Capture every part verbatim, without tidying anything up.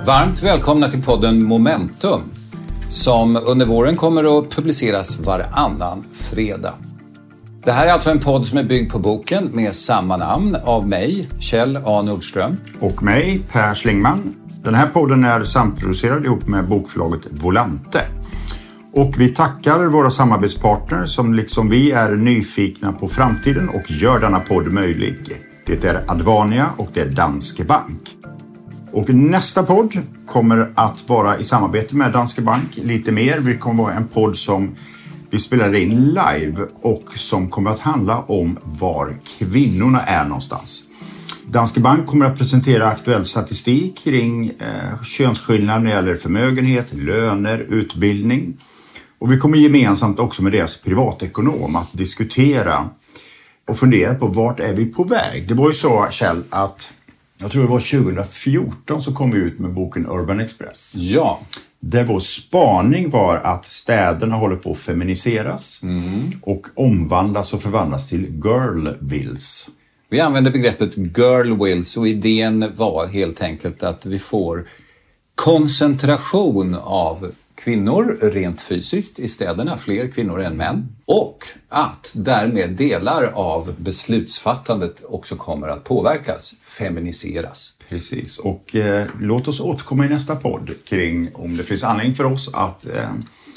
Varmt välkomna till podden Momentum som under våren kommer att publiceras varannan fredag. Det här är alltså en podd som är byggd på boken med samma namn av mig, Kjell A. Nordström. Och mig, Per Slingman. Den här podden är samproducerad ihop med bokförlaget Volante. Och vi tackar våra samarbetspartner som liksom vi är nyfikna på framtiden och gör denna podd möjlig. Det är Advania och det är Danske Bank. Och nästa podd kommer att vara i samarbete med Danske Bank lite mer. Det kommer vara en podd som vi spelar in live och som kommer att handla om var kvinnorna är någonstans. Danske Bank kommer att presentera aktuell statistik kring eh, könsskillnader när det gäller förmögenhet, löner, utbildning. Och vi kommer gemensamt också med deras privatekonom att diskutera och fundera på vart är vi på väg. Det var ju så, Kjell, att jag tror det var tjugo fjorton så kom vi ut med boken Urban Express. Ja. Där vår spaning var att städerna håller på att feminiseras mm. och omvandlas och förvandlas till girlvilles. Vi använder begreppet girlwills och idén var helt enkelt att vi får koncentration av kvinnor rent fysiskt i städerna, fler kvinnor än män. Och att därmed delar av beslutsfattandet också kommer att påverkas, feminiseras. Precis, och eh, låt oss återkomma i nästa podd kring om det finns anledning för oss att eh,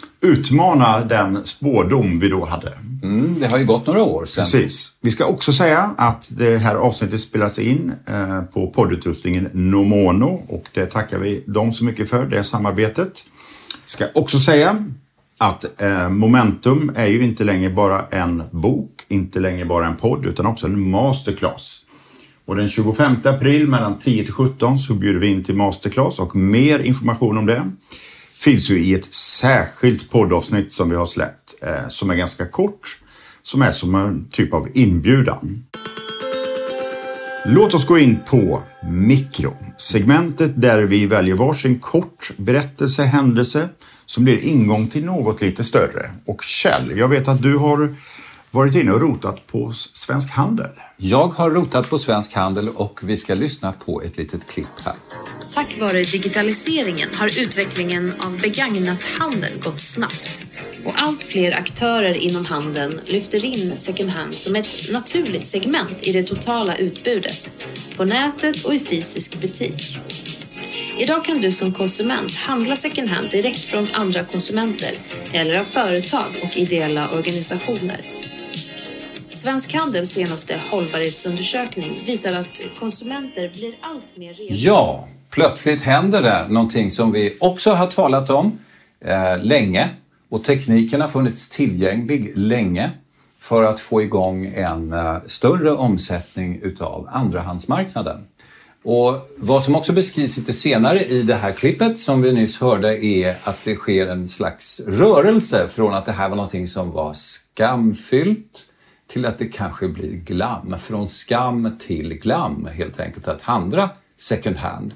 utmana den spårdom vi då hade. Mm, det har ju gått några år sedan. Precis. Vi ska också säga att det här avsnittet spelas in eh, på poddutrustningen Nomono och det tackar vi dem så mycket för, det samarbetet. Ska också säga att eh, Momentum är ju inte längre bara en bok, inte längre bara en podd utan också en masterclass. Och den tjugofemte april mellan tio till sjutton så bjuder vi in till masterclass och mer information om det finns ju i ett särskilt poddavsnitt som vi har släppt eh, som är ganska kort, som är som en typ av inbjudan. Låt oss gå in på mikro, segmentet där vi väljer varsin kort berättelse, händelse som blir ingång till något lite större. Och Kjell, jag vet att du har varit inne och rotat på Svensk Handel. Jag har rotat på Svensk Handel och vi ska lyssna på ett litet klipp här. Tack vare digitaliseringen har utvecklingen av begagnat handel gått snabbt och allt fler aktörer inom handeln lyfter in second hand som ett naturligt segment i det totala utbudet på nätet och i fysisk butik. Idag kan du som konsument handla second hand direkt från andra konsumenter eller av företag och ideella organisationer. Svensk Handels senaste hållbarhetsundersökning visar att konsumenter blir allt mer redo. Ja, plötsligt händer det någonting som vi också har talat om eh, länge. Och tekniken har funnits tillgänglig länge för att få igång en eh, större omsättning utav andrahandsmarknaden. Och vad som också beskrivs lite senare i det här klippet som vi nyss hörde är att det sker en slags rörelse från att det här var någonting som var skamfyllt till att det kanske blir glam. Från skam till glam helt enkelt att handla second hand.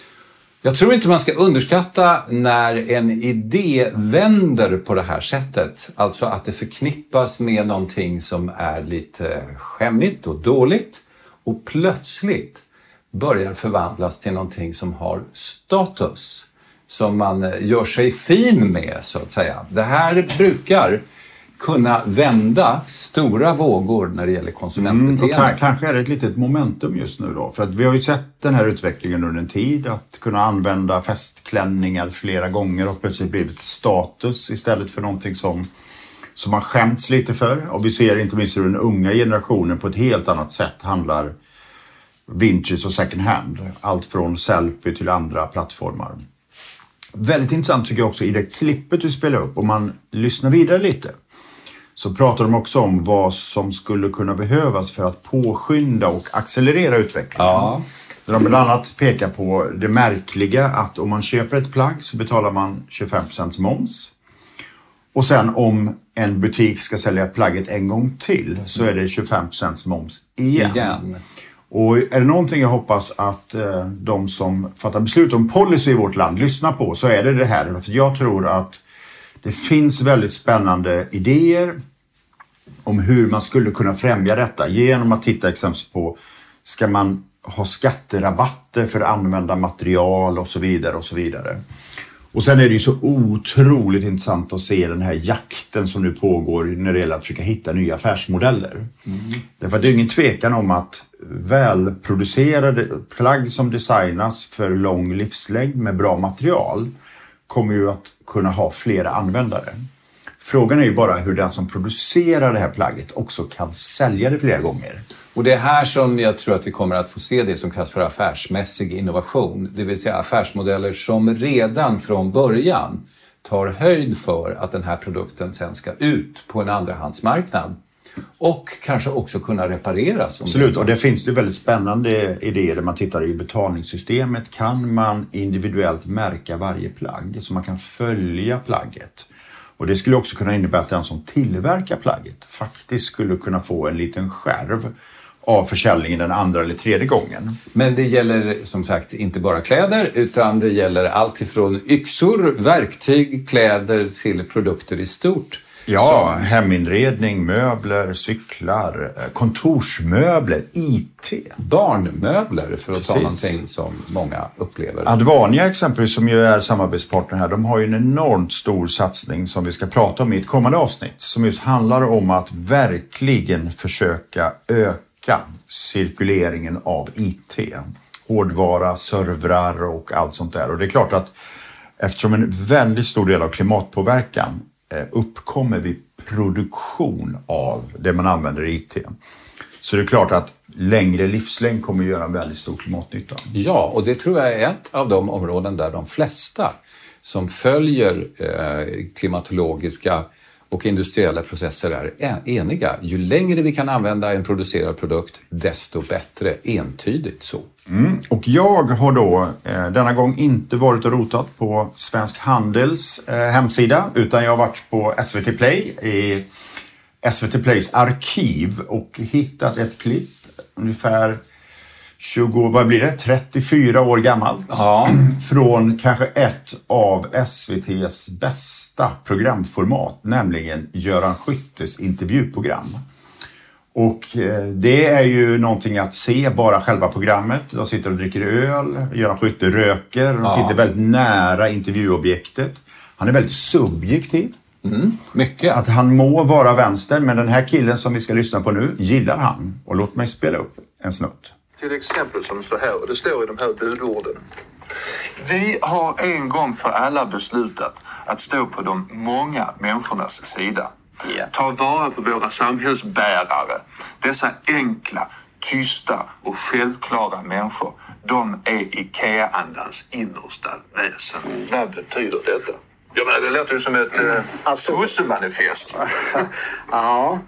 Jag tror inte man ska underskatta när en idé vänder på det här sättet. Alltså att det förknippas med någonting som är lite skämmigt och dåligt och plötsligt börjar förvandlas till någonting som har status. Som man gör sig fin med så att säga. Det här brukar kunna vända stora vågor när det gäller konsumentbeteende. Mm, och kanske är det ett litet momentum just nu då. För att vi har ju sett den här utvecklingen under en tid. Att kunna använda festklänningar flera gånger och plötsligt blivit status istället för någonting som, som man skämts lite för. Och vi ser inte minst hur den unga generationen på ett helt annat sätt handlar vintage och second hand. Allt från Sellpy till andra plattformar. Väldigt intressant tycker jag också i det klippet du spelar upp. Om man lyssnar vidare lite så pratar de också om vad som skulle kunna behövas för att påskynda och accelerera utvecklingen. Ja. Där de bland annat pekar på det märkliga att om man köper ett plagg så betalar man tjugofem procent moms. Och sen om en butik ska sälja plagget en gång till så är det tjugofem procent moms igen. igen. Och är det någonting jag hoppas att eh, de som fattar beslut om policy i vårt land lyssnar på så är det det här. För jag tror att det finns väldigt spännande idéer om hur man skulle kunna främja detta genom att titta exempelvis på ska man ha skatterabatter för använda material och så vidare och så vidare. Och sen är det ju så otroligt intressant att se den här jakten som nu pågår när det gäller att försöka hitta nya affärsmodeller. Mm. Därför att det är ingen tvekan om att välproducerade plagg som designas för lång livslängd med bra material kommer ju att kunna ha flera användare. Frågan är ju bara hur den som producerar det här plagget också kan sälja det flera gånger. Och det är här som jag tror att vi kommer att få se det som kallas för affärsmässig innovation. Det vill säga affärsmodeller som redan från början tar höjd för att den här produkten sen ska ut på en andrahandsmarknad. Och kanske också kunna repareras. Absolut, och det finns det väldigt spännande idéer där man tittar i betalningssystemet. Kan man individuellt märka varje plagg så man kan följa plagget? Och det skulle också kunna innebära att den som tillverkar plagget faktiskt skulle kunna få en liten skärv av försäljningen den andra eller tredje gången. Men det gäller som sagt inte bara kläder utan det gäller allt ifrån yxor, verktyg, kläder till produkter i stort. Ja, som heminredning, möbler, cyklar, kontorsmöbler, I T. Barnmöbler för att Precis. ta någonting som många upplever. Advania exempelvis som ju är samarbetspartner här, de har ju en enormt stor satsning som vi ska prata om i ett kommande avsnitt. Som just handlar om att verkligen försöka öka cirkuleringen av I T. Hårdvara, servrar och allt sånt där. Och det är klart att eftersom en väldigt stor del av klimatpåverkan uppkommer vid produktion av det man använder i I T. Så det är klart att längre livslängd kommer att göra en väldigt stor klimatnytta. Ja, och det tror jag är ett av de områden där de flesta som följer eh, klimatologiska och industriella processer är eniga. Ju längre vi kan använda en producerad produkt, desto bättre, entydigt så. Mm. Och jag har då eh, denna gång inte varit och rotat på Svensk Handels eh, hemsida utan jag har varit på S V T Play i S V T Plays arkiv och hittat ett klipp ungefär tjugo, vad blir det? trettiofyra år gammalt. Ja. Från kanske ett av S V T:s bästa programformat, nämligen Göran Skyttes intervjuprogram. Och det är ju någonting att se, bara själva programmet. De sitter och dricker öl, Göran Skytte röker, de sitter ja. väldigt nära intervjuobjektet. Han är väldigt subjektiv. Mm, mycket. Att han må vara vänster, men den här killen som vi ska lyssna på nu gillar han. Och låt mig spela upp en snutt. Till exempel som så här, och det står i de här budorden. Vi har en gång för alla beslutat att stå på de många människornas sida. Yeah. Ta vara på våra samhällsbärare. Dessa enkla, tysta och självklara människor. De är IKEA-andans innersta väsen. Mm. Vad betyder detta? Ja, men det låter ju som ett mm. alltså, sossemanifest. Ja.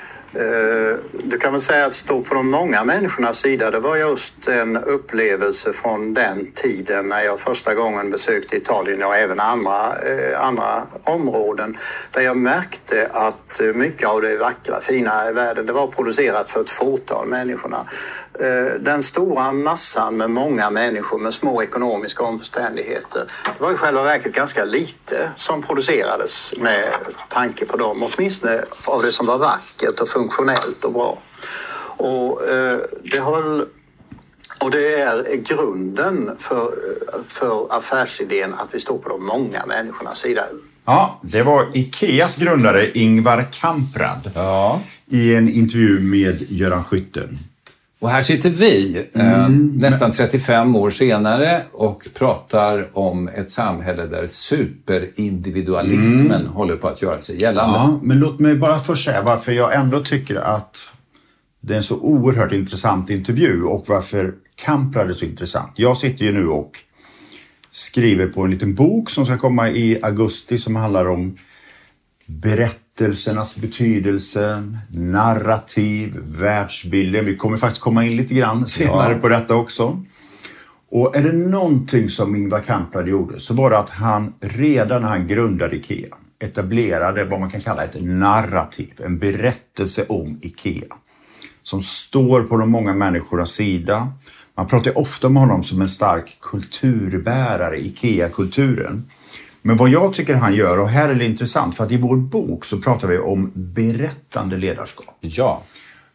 Du kan väl säga att stå på de många människornas sida, det var just en upplevelse från den tiden när jag första gången besökte Italien och även andra, andra områden där jag märkte att mycket av det vackra, fina i världen, det var producerat för ett fåtal människorna. Den stora massan med många människor med små ekonomiska omständigheter, det var i själva verket ganska lite som producerades med tanke på dem, åtminstone av det som var vackert och funktionellt och bra. Och eh, det har väl, och det är grunden för, för affärsidén att vi står på de många människornas sida. Ja, det var Ikeas grundare Ingvar Kamprad ja. i en intervju med Göran Skytte. Och här sitter vi mm. eh, nästan trettiofem år senare och pratar om ett samhälle där superindividualismen mm. håller på att göra sig gällande. Ja, men låt mig bara först säga varför jag ändå tycker att det är en så oerhört intressant intervju och varför Kamprad är så intressant. Jag sitter ju nu och skriver på en liten bok som ska komma i augusti som handlar om berättelsernas betydelse, narrativ, världsbilden. Vi kommer faktiskt komma in lite grann senare ja. på detta också. Och är det någonting som Ingvar Kamprad gjorde så var det att han redan när han grundade IKEA etablerade vad man kan kalla ett narrativ, en berättelse om IKEA som står på de många människornas sida. Man pratar ofta om honom som en stark kulturbärare, IKEA-kulturen. Men vad jag tycker han gör, och här är det intressant, för att i vår bok så pratar vi om berättande ledarskap. Ja.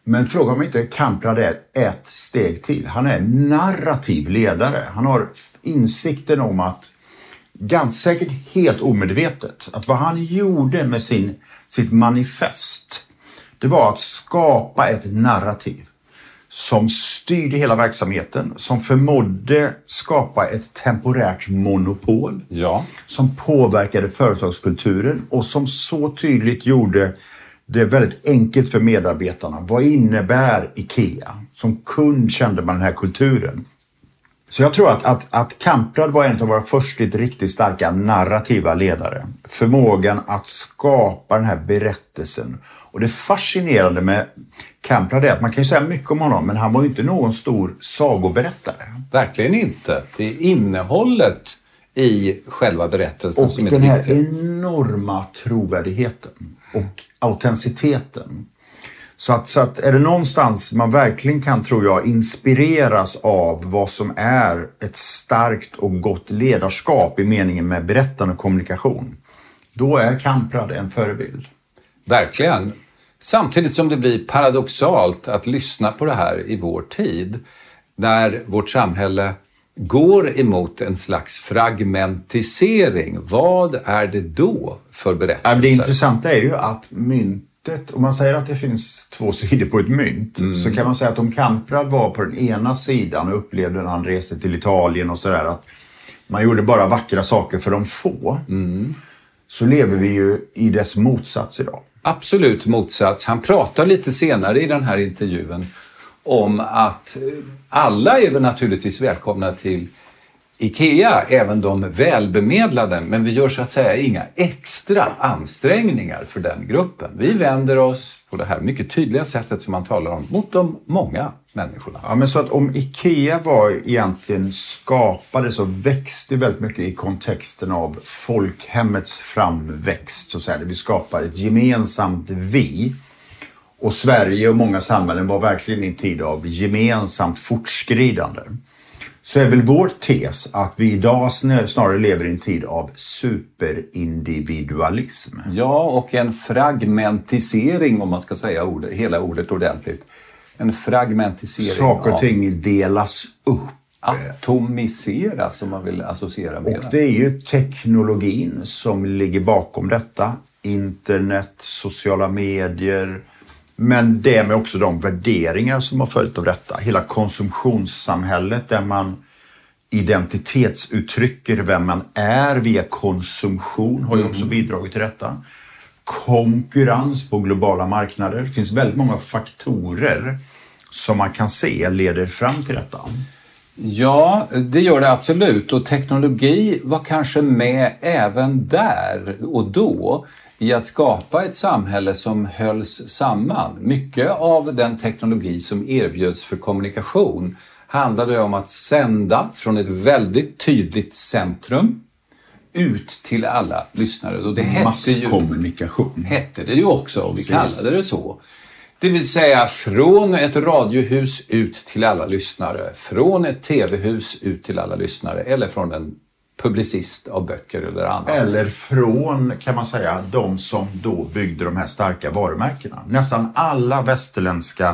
Men fråga om inte Kamprad är ett steg till. Han är narrativ ledare. Han har insikten om att, ganska säkert helt omedvetet, att vad han gjorde med sin, sitt manifest, det var att skapa ett narrativ som styrde hela verksamheten, som förmådde skapa ett temporärt monopol, ja. som påverkade företagskulturen och som så tydligt gjorde det väldigt enkelt för medarbetarna. Vad innebär IKEA? Som kund kände man den här kulturen. Så jag tror att, att, att Kamprad var en av våra första riktigt starka narrativa ledare. Förmågan att skapa den här berättelsen. Och det fascinerande med Kamprad är att man kan ju säga mycket om honom, men han var ju inte någon stor sagoberättare. Verkligen inte. Det är innehållet i själva berättelsen och som är den det här viktiga. enorma trovärdigheten och autenticiteten. Så att, så att är det någonstans man verkligen kan, tror jag, inspireras av vad som är ett starkt och gott ledarskap i meningen med berättande och kommunikation, då är Kamprad en förebild. Verkligen. Samtidigt som det blir paradoxalt att lyssna på det här i vår tid, när vårt samhälle går emot en slags fragmentisering. Vad är det då för berättelser? Det intressanta är ju att myntet, om man säger att det finns två sidor på ett mynt, mm. så kan man säga att om Kamprad var på den ena sidan och upplevde när han reste till Italien och sådär att man gjorde bara vackra saker för de få, mm. så lever vi ju i dess motsats idag. Absolut motsats. Han pratar lite senare i den här intervjun om att alla är väl naturligtvis välkomna till IKEA, även de välbemedlade, men vi gör så att säga inga extra ansträngningar för den gruppen. Vi vänder oss på det här mycket tydliga sättet som man talar om mot de många människorna. Ja, men så att om IKEA var egentligen skapades och växte väldigt mycket i kontexten av folkhemmets framväxt, så att säga. Vi skapar ett gemensamt vi. Och Sverige och många samhällen var verkligen i en tid av gemensamt fortskridande. Så är väl vår tes att vi idag snarare lever i en tid av superindividualism. Ja, och en fragmentisering, om man ska säga ordet, hela ordet ordentligt. En fragmentisering. Saker och ting delas upp. Atomiseras, om man vill associera med och det. är ju teknologin som ligger bakom detta. Internet, sociala medier. Men det med också de värderingar som har följt av detta. Hela konsumtionssamhället där man identitetsuttrycker vem man är via konsumtion har ju också bidragit till detta. Konkurrens på globala marknader. Det finns väldigt många faktorer som man kan se leder fram till detta. Ja, det gör det absolut. Och teknologi var kanske med även där och då i att skapa ett samhälle som hölls samman. Mycket av den teknologi som erbjöds för kommunikation handlade om att sända från ett väldigt tydligt centrum ut till alla lyssnare. Och det hette Masskommunikation. Ju, hette det ju också, och vi kallade det så. Det vill säga från ett radiohus ut till alla lyssnare, från ett tv-hus ut till alla lyssnare, eller från en publicist av böcker eller annat. Eller från, kan man säga, de som då byggde de här starka varumärkena. Nästan alla västerländska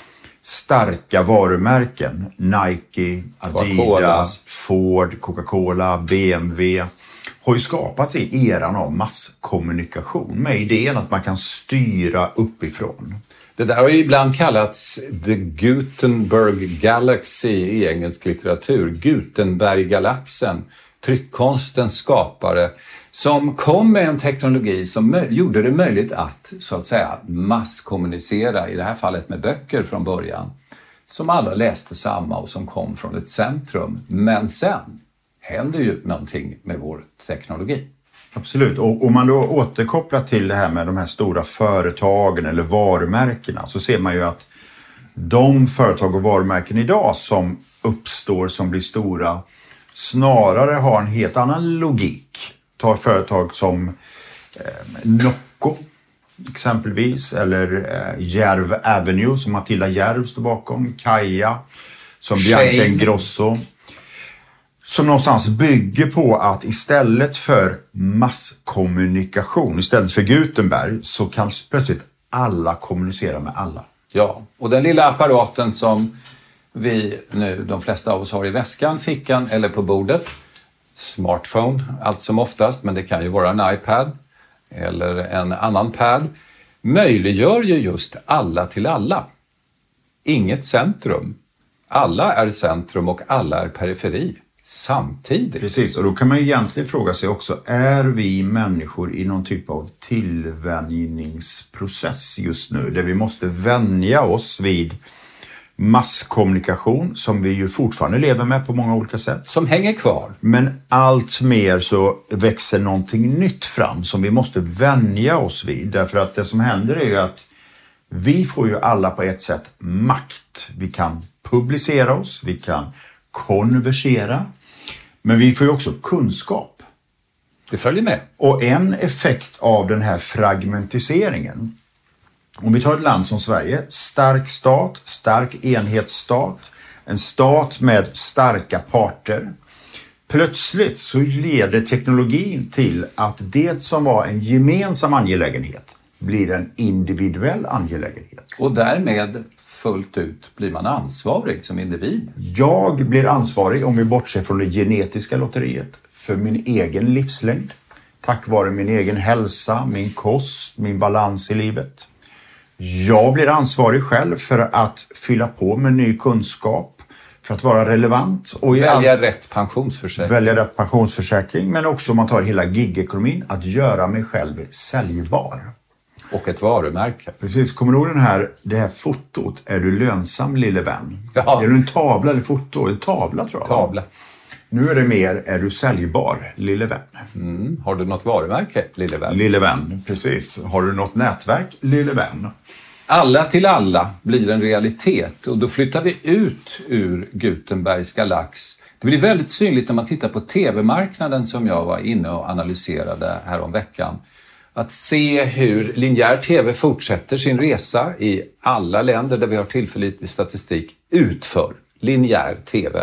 starka varumärken, Nike, Adidas, Coca-Cola. Ford, Coca-Cola, B M W, har ju skapats i eran av masskommunikation med idén att man kan styra uppifrån. Det där har ju ibland kallats The Gutenberg Galaxy i engelsk litteratur. Gutenberg-galaxen, tryckkonstens skapare, som kom med en teknologi som gjorde det möjligt att, så att säga, masskommunicera, i det här fallet med böcker från början, som alla läste samma och som kom från ett centrum. Men sen händer ju någonting med vår teknologi. Absolut, och om man då återkopplar till det här med de här stora företagen eller varumärkena, så ser man ju att de företag och varumärken idag som uppstår, som blir stora, snarare har en helt annan logik. Ta företag som eh, Nocco exempelvis, eller eh, Järv Avenue som Matilda Järv står bakom, Kaja som Bianca Ingrosso, som någonstans bygger på att istället för masskommunikation, istället för Gutenberg, så kan plötsligt alla kommunicera med alla. Ja, och den lilla apparaten som vi nu, de flesta av oss har i väskan, fickan eller på bordet. Smartphone, allt som oftast, men det kan ju vara en iPad eller en annan pad. Möjliggör ju just alla till alla. Inget centrum. Alla är centrum och alla är periferi samtidigt. Precis, och då kan man egentligen fråga sig också, är vi människor i någon typ av tillvänjningsprocess just nu? Där vi måste vänja oss vid masskommunikation som vi ju fortfarande lever med på många olika sätt. Som hänger kvar. Men allt mer så växer någonting nytt fram som vi måste vänja oss vid. Därför att det som händer är ju att vi får ju alla på ett sätt makt. Vi kan publicera oss, vi kan konversera, men vi får ju också kunskap. Det följer med. Och en effekt av den här fragmentiseringen, om vi tar ett land som Sverige, stark stat, stark enhetsstat, en stat med starka parter. Plötsligt så leder teknologin till att det som var en gemensam angelägenhet blir en individuell angelägenhet. Och därmed fullt ut blir man ansvarig som individ. Jag blir ansvarig, om vi bortser från det genetiska lotteriet, för min egen livslängd. Tack vare min egen hälsa, min kost, min balans i livet. Jag blir ansvarig själv för att fylla på med ny kunskap, för att vara relevant. Och välja all... rätt pensionsförsäkring. Välja rätt pensionsförsäkring, men också om man tar hela gigekonomin, att göra mig själv säljbar. Och ett varumärke. Precis, kommer du ihåg den här, det här fotot? Är du lönsam, lille vän? Ja. Är du en tavla eller foto? En tavla tror jag. Tavla. Nu är det mer, är du säljbar, lille vän? Mm. Har du något varumärke, lille vän? Lille vän, precis. Har du något nätverk, lille vän? Alla till alla blir en realitet och då flyttar vi ut ur Gutenbergs galax. Det blir väldigt synligt när man tittar på tv-marknaden som jag var inne och analyserade här om veckan. Att se hur linjär tv fortsätter sin resa i alla länder där vi har tillförlitlig statistik utför linjär tv.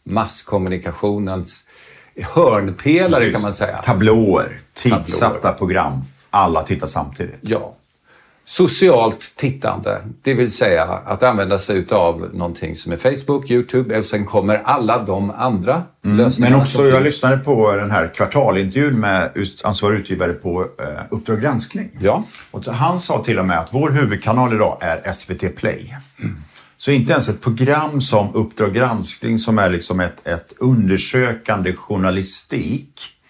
Masskommunikationens hörnpelare. Precis. Kan man säga. Tablåer, tidsatta program. Alla tittar samtidigt. Ja. Socialt tittande, det vill säga att använda sig av någonting som är Facebook, YouTube och sen kommer alla de andra mm. lösningarna. Men också, jag lyssnade på den här kvartalintervjun med ansvarig utgivare på uh, Uppdrag granskning. Ja. Och han sa till och med att vår huvudkanal idag är S V T Play. Mm. Så inte ens ett program som Uppdrag granskning som är liksom ett, ett undersökande journalistik,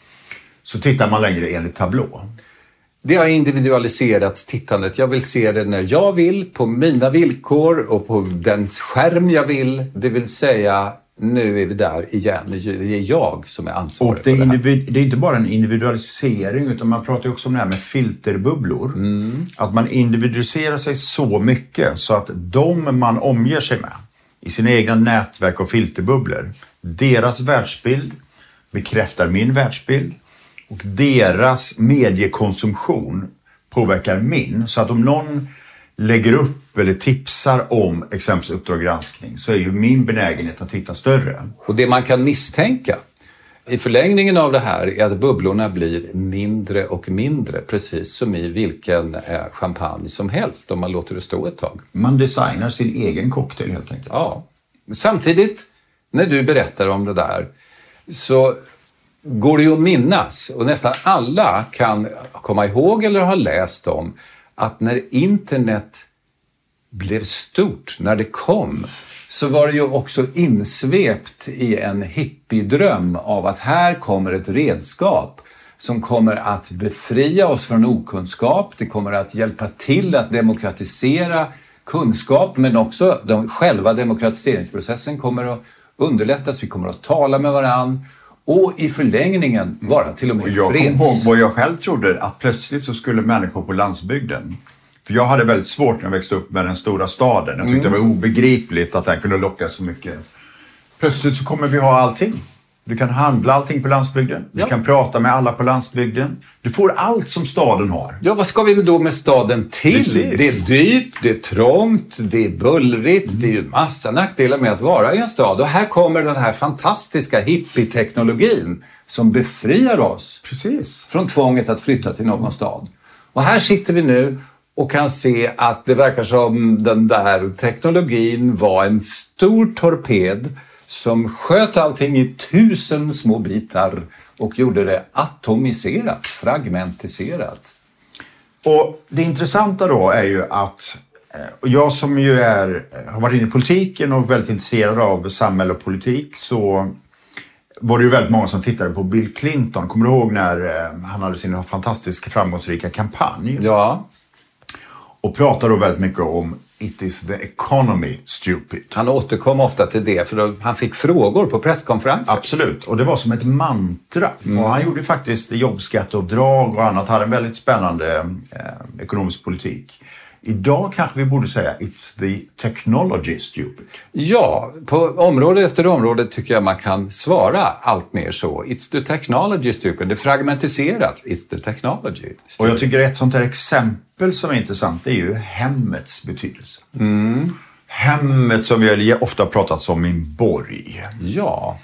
så tittar man längre enligt tablå. Det har individualiserats tittandet. Jag vill se det när jag vill, på mina villkor och på den skärm jag vill. Det vill säga, nu är vi där igen. Det är jag som är ansvarig och det är, för det här. Individ, det är inte bara en individualisering, utan man pratar ju också om det här med filterbubblor. Mm. Att man individualiserar sig så mycket så att de man omger sig med i sina egna nätverk och filterbubblor, deras världsbild bekräftar min världsbild. Och deras mediekonsumtion påverkar min. Så att om någon lägger upp eller tipsar om exempelvis Uppdrag granskning, så är ju min benägenhet att titta större. Och det man kan misstänka i förlängningen av det här är att bubblorna blir mindre och mindre. Precis som i vilken champagne som helst om man låter det stå ett tag. Man designar sin egen cocktail helt enkelt. Ja. Samtidigt, när du berättar om det där, så går det ju att minnas, och nästan alla kan komma ihåg eller ha läst om, att när internet blev stort, när det kom, så var det ju också insvept i en hippiedröm av att här kommer ett redskap som kommer att befria oss från okunskap. Det kommer att hjälpa till att demokratisera kunskap, men också de, själva demokratiseringsprocessen kommer att underlättas. Vi kommer att tala med varandra. Och i förlängningen vara till och med jag freds. Jag kom ihåg vad jag själv trodde, att plötsligt så skulle människor på landsbygden. För jag hade väldigt svårt när jag växte upp med den stora staden. Jag tyckte mm. det var obegripligt att den kunde locka så mycket. Plötsligt så kommer vi ha allting. Du kan handla allting på landsbygden. Du ja. kan prata med alla på landsbygden. Du får allt som staden har. Ja, vad ska vi då med staden till? Precis. Det är dyrt, det är trångt, det är bullrigt. Mm. Det är ju massa nackdelar med att vara i en stad. Och här kommer den här fantastiska hippie-teknologin som befriar oss Precis. från tvånget att flytta till någon stad. Och här sitter vi nu och kan se att det verkar som den där teknologin var en stor torped som sköt allting i tusen små bitar och gjorde det atomiserat, fragmentiserat. Och det intressanta då är ju att och jag som ju är, har varit inne i politiken och väldigt intresserad av samhälle och politik, så var det ju väldigt många som tittade på Bill Clinton. Kommer du ihåg när han hade sin fantastiska framgångsrika kampanj? Ja. Och pratade då väldigt mycket om "It is the economy, stupid". Han återkom ofta till det för då han fick frågor på presskonferenser. Absolut, och det var som ett mantra. Mm. Och han gjorde faktiskt jobbskatteavdrag och annat, hade en väldigt spännande eh, ekonomisk politik. Idag kanske vi borde säga "It's the technology, stupid". Ja, på område efter område tycker jag man kan svara allt mer så. "It's the technology, stupid". Det är fragmentiserat. "It's the technology, stupid". Och jag tycker ett sånt här exempel som är intressant är ju hemmets betydelse. Mm. Hemmet som vi ofta pratat om min borg. Ja.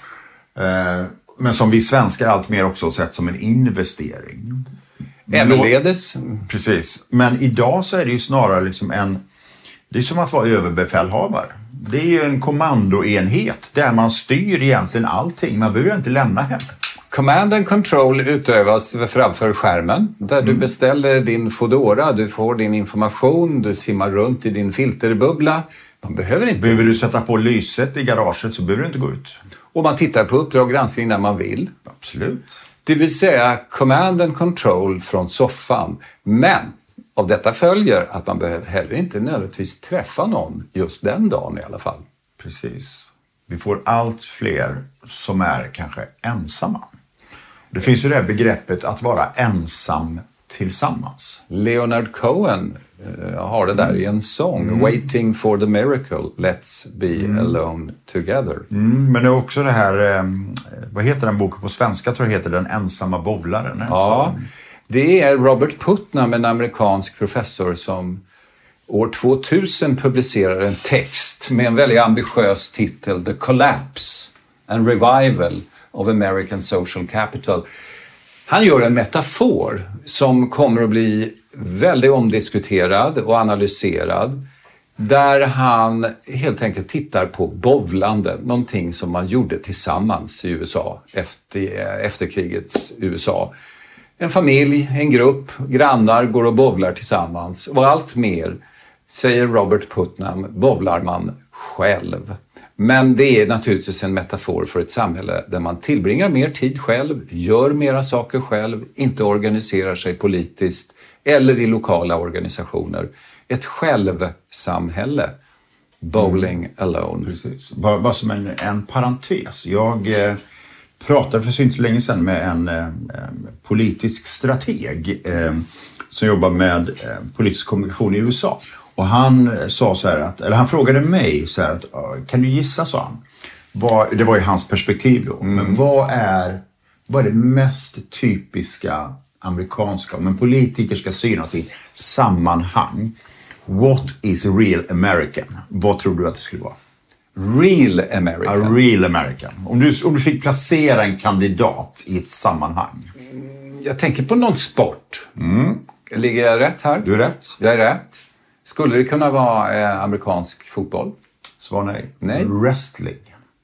Eh, men som vi svenskar allt mer också sett som en investering. Ävenledes. Precis. Men idag så är det ju snarare liksom en... Det är som att vara överbefälhavare. Det är ju en kommandoenhet där man styr egentligen allting. Man behöver inte lämna hemmet. Command and control utövas framför skärmen där mm. du beställer din Fodora, du får din information, du simmar runt i din filterbubbla. Man behöver inte... Behöver du sätta på lyset i garaget så behöver du inte gå ut. Och man tittar på Uppdrag granskning när man vill. Absolut. Det vill säga command and control från soffan. Men av detta följer att man behöver heller inte nödvändigtvis träffa någon just den dagen i alla fall. Precis. Vi får allt fler som är kanske ensamma. Det finns ju det här begreppet att vara ensam tillsammans. Leonard Cohen uh, har det där mm. i en sång. Mm. Waiting for the miracle, let's be mm. alone together. Mm, men det är också det här, eh, vad heter den boken på svenska, tror jag heter Den ensamma bowlaren. Ja, det är Robert Putnam, en amerikansk professor som år tvåtusen publicerar en text med en väldigt ambitiös titel, The Collapse and Revival of American Social Capital. Han gör en metafor som kommer att bli väldigt omdiskuterad och analyserad, där han helt enkelt tittar på bowlande, någonting som man gjorde tillsammans i U S A efter, efter krigets U S A. En familj, en grupp, grannar går och bowlar tillsammans och allt mer, säger Robert Putnam, bowlar man själv. Men det är naturligtvis en metafor för ett samhälle där man tillbringar mer tid själv, gör mera saker själv, inte organiserar sig politiskt eller i lokala organisationer. Ett självsamhälle. Bowling mm. alone. Precis. Bara, bara som en, en parentes. Jag eh, pratade för så inte så länge sedan med en eh, politisk strateg eh, som jobbar med eh, politisk kommunikation i U S A. Och han sa så här att, eller han frågade mig så här att, kan du gissa, sa han. Vad, det var ju hans perspektiv då. Mm. Men vad är, vad är det mest typiska amerikanska, om en politiker ska synas i sammanhang? What is real American? Vad tror du att det skulle vara? Real American? A real American. Om du, om du fick placera en kandidat i ett sammanhang. Jag tänker på någon sport. Mm. Ligger jag rätt här? Du är rätt. Jag är rätt. Skulle det kunna vara eh, amerikansk fotboll? Svar nej. Nej. Wrestling.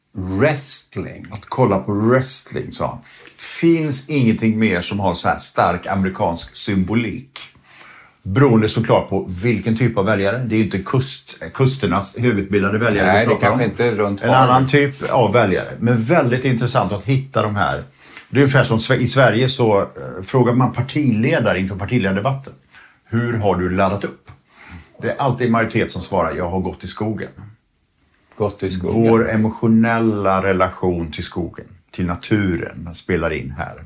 Wrestling. Att kolla på wrestling, sa han. Finns ingenting mer som har så här stark amerikansk symbolik. Beroende såklart på vilken typ av väljare. Det är ju inte kust, kusternas högutbildade väljare. Nej, det kanske inte runt en annan typ av väljare. Men väldigt intressant att hitta de här. Det är ungefär som i Sverige så uh, frågar man partiledare inför partiledardebatten. Hur har du laddat upp? Det är alltid majoritet som svarar, jag har gått i skogen. Gått i skogen. Vår emotionella relation till skogen, till naturen, spelar in här.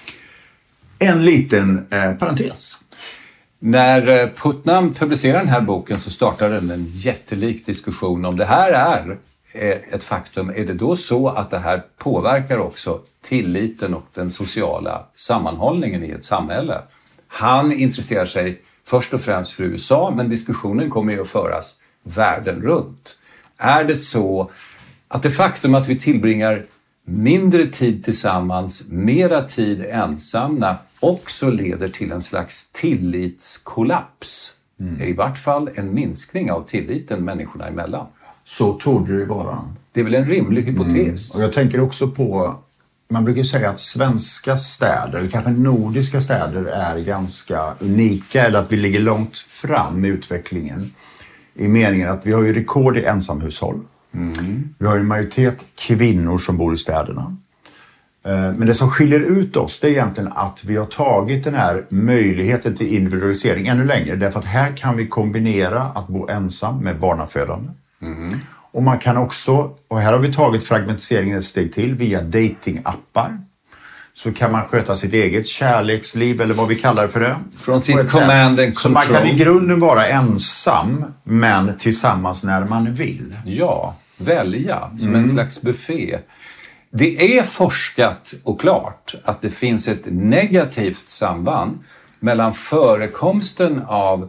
En liten eh, parentes. När Putnam publicerade den här boken så startade den en jättelik diskussion om det här är ett faktum. Är det då så att det här påverkar också tilliten och den sociala sammanhållningen i ett samhälle? Han intresserar sig först och främst för U S A, men diskussionen kommer ju att föras världen runt. Är det så att det faktum att vi tillbringar mindre tid tillsammans, mera tid ensamma, också leder till en slags tillitskollaps Mm. I vart fall en minskning av tilliten människorna emellan. Så trodde det vara. Det är väl en rimlig hypotes. Mm. Och jag tänker också på, man brukar säga att svenska städer, eller kanske nordiska städer, är ganska unika, eller att vi ligger långt fram i utvecklingen. I meningen att vi har ju rekord i ensamhushåll. Mm. Vi har ju en majoritet kvinnor som bor i städerna. Men det som skiljer ut oss, det är egentligen att vi har tagit den här möjligheten till individualisering ännu längre. Därför att här kan vi kombinera att bo ensam med barnafödande. Mm. Och man kan också, och här har vi tagit fragmentiseringen ett steg till via datingappar. Så kan man sköta sitt eget kärleksliv, eller vad vi kallar det för det. Från sitt command and control. Så man kan i grunden vara ensam, men tillsammans när man vill. Ja, välja som mm. en slags buffé. Det är forskat och klart att det finns ett negativt samband mellan förekomsten av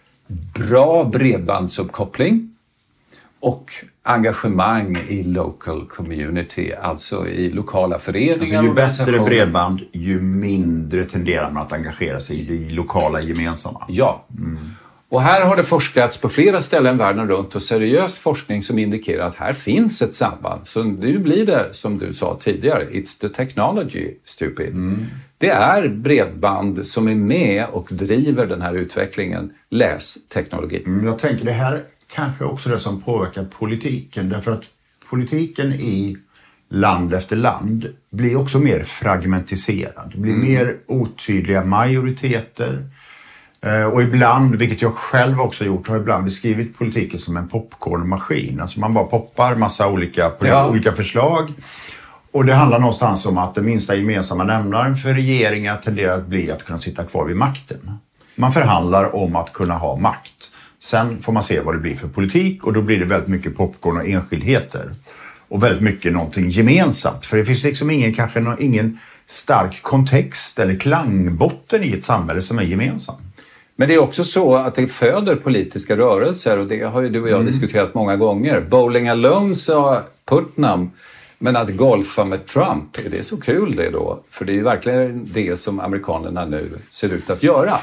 bra bredbandsuppkoppling och engagemang i local community, alltså i lokala föreningar. Alltså ju bättre bredband, ju mindre tenderar man att engagera sig i det lokala gemensamma. Ja, mm. och här har det forskats på flera ställen världen runt och seriös forskning som indikerar att här finns ett samband. Så nu blir det, som du sa tidigare, it's the technology, stupid. Mm. Det är bredband som är med och driver den här utvecklingen. Läs teknologi. Mm, jag tänker det här kanske också det som påverkar politiken. Därför att politiken i land efter land blir också mer fragmentiserad. Det blir mm. mer otydliga majoriteter. Och ibland, vilket jag själv också gjort, har ibland beskrivit politiken som en popcornmaskin. Alltså man bara poppar massa olika, ja. olika förslag. Och det handlar någonstans om att den minsta gemensamma nämnaren för regeringar tenderar att bli att kunna sitta kvar vid makten. Man förhandlar om att kunna ha makt. Sen får man se vad det blir för politik, och då blir det väldigt mycket popcorn och enskildheter. Och väldigt mycket någonting gemensamt. För det finns liksom ingen, kanske någon, ingen stark kontext eller klangbotten i ett samhälle som är gemensam. Men det är också så att det föder politiska rörelser, och det har ju du och jag mm. diskuterat många gånger. Bowling alone, sa Putnam, men att golfa med Trump, är det så kul det då? För det är ju verkligen det som amerikanerna nu ser ut att göra.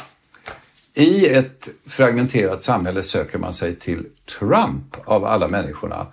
I ett fragmenterat samhälle söker man sig till Trump av alla människorna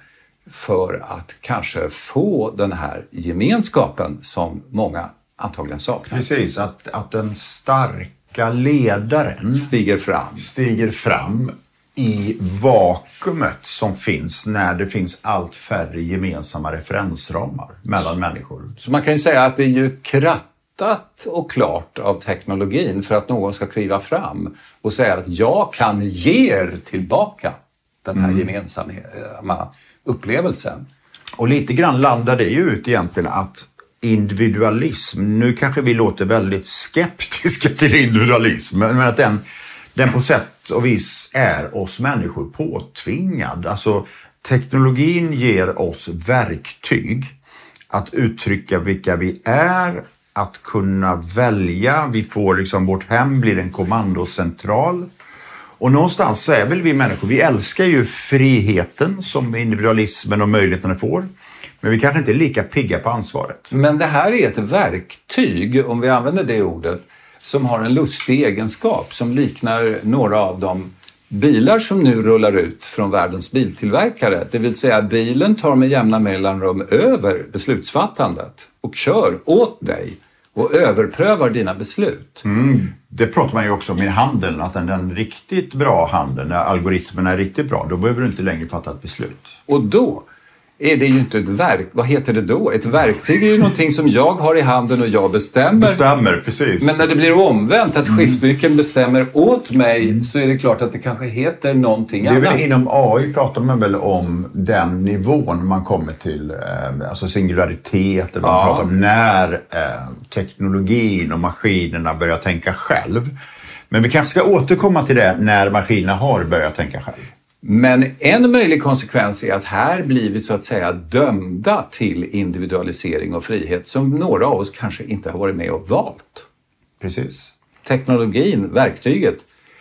för att kanske få den här gemenskapen som många antagligen saknar. Precis, att, att den starka ledaren stiger fram. stiger fram i vakuumet som finns när det finns allt färre gemensamma referensramar mellan människor. Så man kan ju säga att det är ju krattat och klart av teknologin för att någon ska kliva fram och säga att jag kan ge er tillbaka den här mm. gemensamma upplevelsen. Och lite grann landar det ju ut egentligen att individualism, nu kanske vi låter väldigt skeptiska till individualism, men att den, den på sätt och vis är oss människor påtvingad. Alltså teknologin ger oss verktyg att uttrycka vilka vi är, att kunna välja. Vi får liksom, vårt hem blir en kommandocentral. Och någonstans så är väl vi människor, vi älskar ju friheten som individualismen och möjligheterna får. Men vi kanske inte är lika pigga på ansvaret. Men det här är ett verktyg, om vi använder det ordet, som har en lustig egenskap som liknar några av de bilar som nu rullar ut från världens biltillverkare. Det vill säga bilen tar med jämna mellanrum över beslutsfattandet och kör åt dig och överprövar dina beslut. Mm. Det pratar man ju också om i handeln, att den, den riktigt bra handeln, när algoritmerna är riktigt bra, då behöver du inte längre fatta ett beslut. Och då är det ju inte ett verk. Vad heter det då? Ett verktyg är ju någonting som jag har i handen och jag bestämmer. Bestämmer, precis. Men när det blir omvänt, att skiftnyckeln bestämmer åt mig, mm. så är det klart att det kanske heter någonting annat. Det är väl inom A I pratar man väl om den nivån man kommer till, eh, alltså singularitet, eller man ja. pratar om när eh, teknologin och maskinerna börjar tänka själv. Men vi kanske ska återkomma till det när maskinerna har börjat tänka själv. Men en möjlig konsekvens är att här blir vi så att säga dömda till individualisering och frihet som några av oss kanske inte har varit med och valt. Precis. Teknologin, verktyget,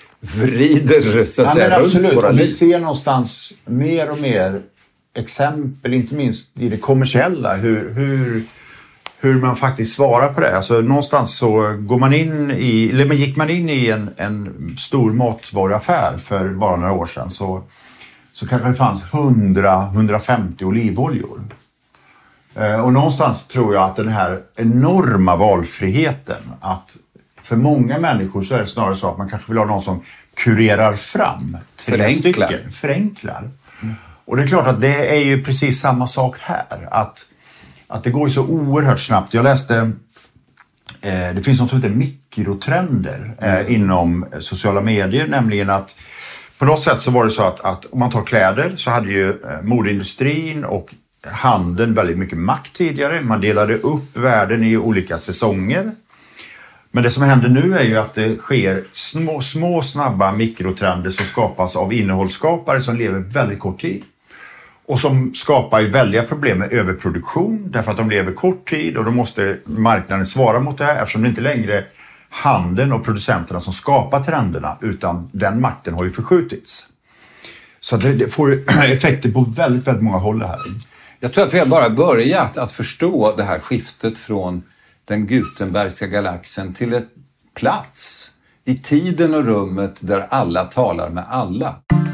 vrider så att ja, säga runt absolut. våra liv. Vi ser någonstans mer och mer exempel, inte minst i det kommersiella, hur, hur hur man faktiskt svarar på det. Alltså någonstans så går man in i, eller gick man in i en, en stor matvaruaffär för bara några år sedan så, så kanske det fanns hundra till hundrafemtio olivoljor. Eh, och någonstans tror jag att den här enorma valfriheten, att för många människor så är det snarare så att man kanske vill ha någon som kurerar fram tre Förenklar. stycken, förenklar. Mm. Och det är klart att det är ju precis samma sak här, att Att det går ju så oerhört snabbt. Jag läste, eh, det finns något som heter mikrotrender eh, mm. inom sociala medier. Nämligen att på något sätt så var det så att, att om man tar kläder så hade ju eh, modeindustrin och handeln väldigt mycket makt tidigare. Man delade upp världen i olika säsonger. Men det som händer nu är ju att det sker små, små snabba mikrotrender som skapas av innehållsskapare som lever väldigt kort tid. Och som skapar ju väldiga problem med överproduktion därför att de lever kort tid och då måste marknaden svara mot det här eftersom det inte längre handeln och producenterna som skapar trenderna utan den makten har ju förskjutits. Så det, det får effekter på väldigt, väldigt många håll här. Jag tror att vi har bara börjat att förstå det här skiftet från den Gutenbergska galaxen till ett plats i tiden och rummet där alla talar med alla.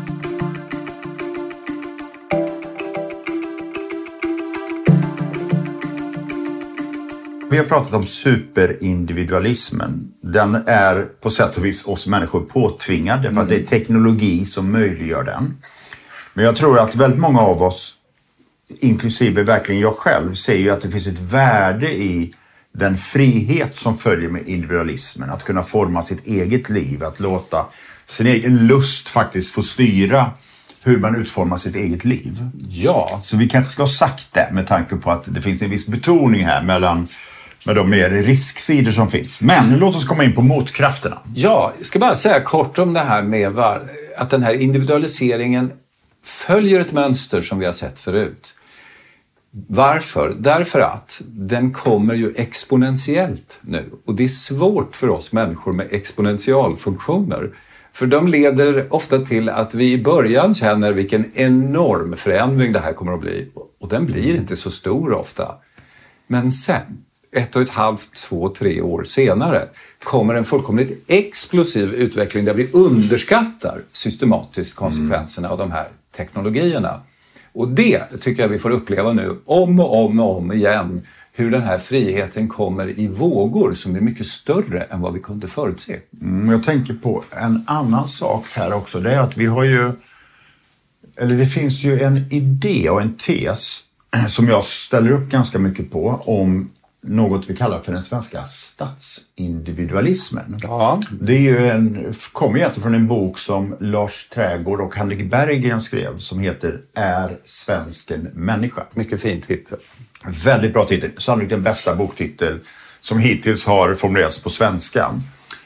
Vi har pratat om superindividualismen. Den är på sätt och vis oss människor påtvingad för mm. att det är teknologi som möjliggör den. Men jag tror att väldigt många av oss, inklusive verkligen jag själv, ser ju att det finns ett värde i den frihet som följer med individualismen. Att kunna forma sitt eget liv, att låta sin egen lust faktiskt få styra hur man utformar sitt eget liv. Ja. Så vi kanske ska ha sagt det med tanke på att det finns en viss betoning här mellan med de mer risksidor som finns. Men låt oss komma in på motkrafterna. Ja, jag ska bara säga kort om det här med var, att den här individualiseringen följer ett mönster som vi har sett förut. Varför? Därför att den kommer ju exponentiellt nu. Och det är svårt för oss människor med exponentialfunktioner. För de leder ofta till att vi i början känner vilken enorm förändring det här kommer att bli. Och den blir inte så stor ofta. Men sen, ett och ett halvt, två, tre år senare, kommer en fullkomligt explosiv utveckling där vi underskattar systematiskt konsekvenserna mm. av de här teknologierna. Och det tycker jag vi får uppleva nu om och om och om igen. Hur den här friheten kommer i vågor som är mycket större än vad vi kunde förutse. Mm, jag tänker på en annan sak här också. Det är att vi har ju, eller det finns ju en idé och en tes som jag ställer upp ganska mycket på om något vi kallar för den svenska statsindividualismen. Ja. Det är ju en, kommer ju från en bok som Lars Trägård och Henrik Berggren skrev som heter Är svensken människa? Mycket fin titel. Väldigt bra titel. Sannolikt den bästa boktitel som hittills har formulerats på svenska.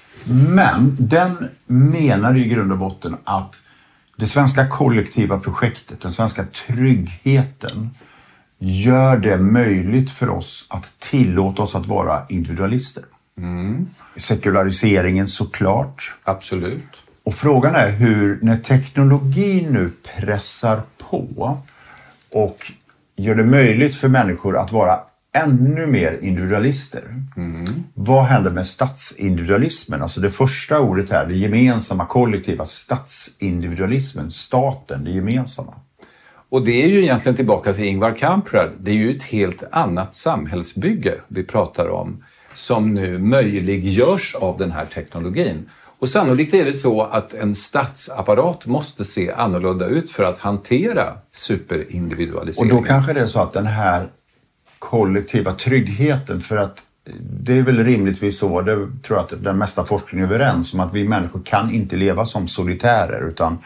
Men den menar i grund och botten att det svenska kollektiva projektet, den svenska tryggheten gör det möjligt för oss att tillåta oss att vara individualister. Mm. Sekulariseringen såklart. Absolut. Och frågan är hur, när teknologin nu pressar på och gör det möjligt för människor att vara ännu mer individualister. Mm. Vad händer med statsindividualismen? Alltså det första ordet här, det gemensamma, kollektiva, statsindividualismen, staten, det gemensamma. Och det är ju egentligen tillbaka till Ingvar Kamprad. Det är ju ett helt annat samhällsbygge vi pratar om som nu möjliggörs av den här teknologin. Och sannolikt är det så att en statsapparat måste se annorlunda ut för att hantera superindividualiseringen. Och då kanske det är så att den här kollektiva tryggheten, för att det är väl rimligtvis så, det tror jag att den mesta forskningen är överens om, att vi människor kan inte leva som solitärer, utan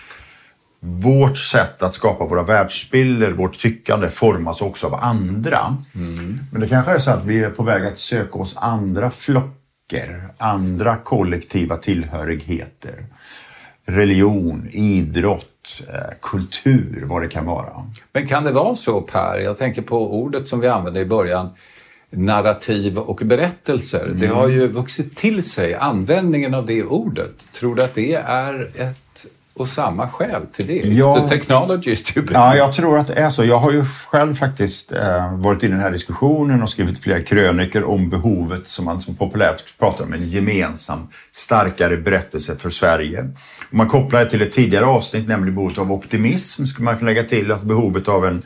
vårt sätt att skapa våra världsbilder, vårt tyckande formas också av andra. Mm. Men det kanske är så att vi är på väg att söka oss andra flockar, andra kollektiva tillhörigheter. Religion, idrott, kultur, vad det kan vara. Men kan det vara så, Per? Jag tänker på ordet som vi använde i början, narrativ och berättelser. Mm. Det har ju vuxit till sig, användningen av det ordet. Tror du att det är ett och samma skäl till det. Ja, the technology is too big. Ja, jag tror att det är så. Jag har ju själv faktiskt eh, varit i den här diskussionen och skrivit flera krönikor om behovet som man som populärt pratar om en gemensam, starkare berättelse för Sverige. Om man kopplar det till ett tidigare avsnitt, nämligen behovet av optimism, skulle man kunna lägga till att behovet av en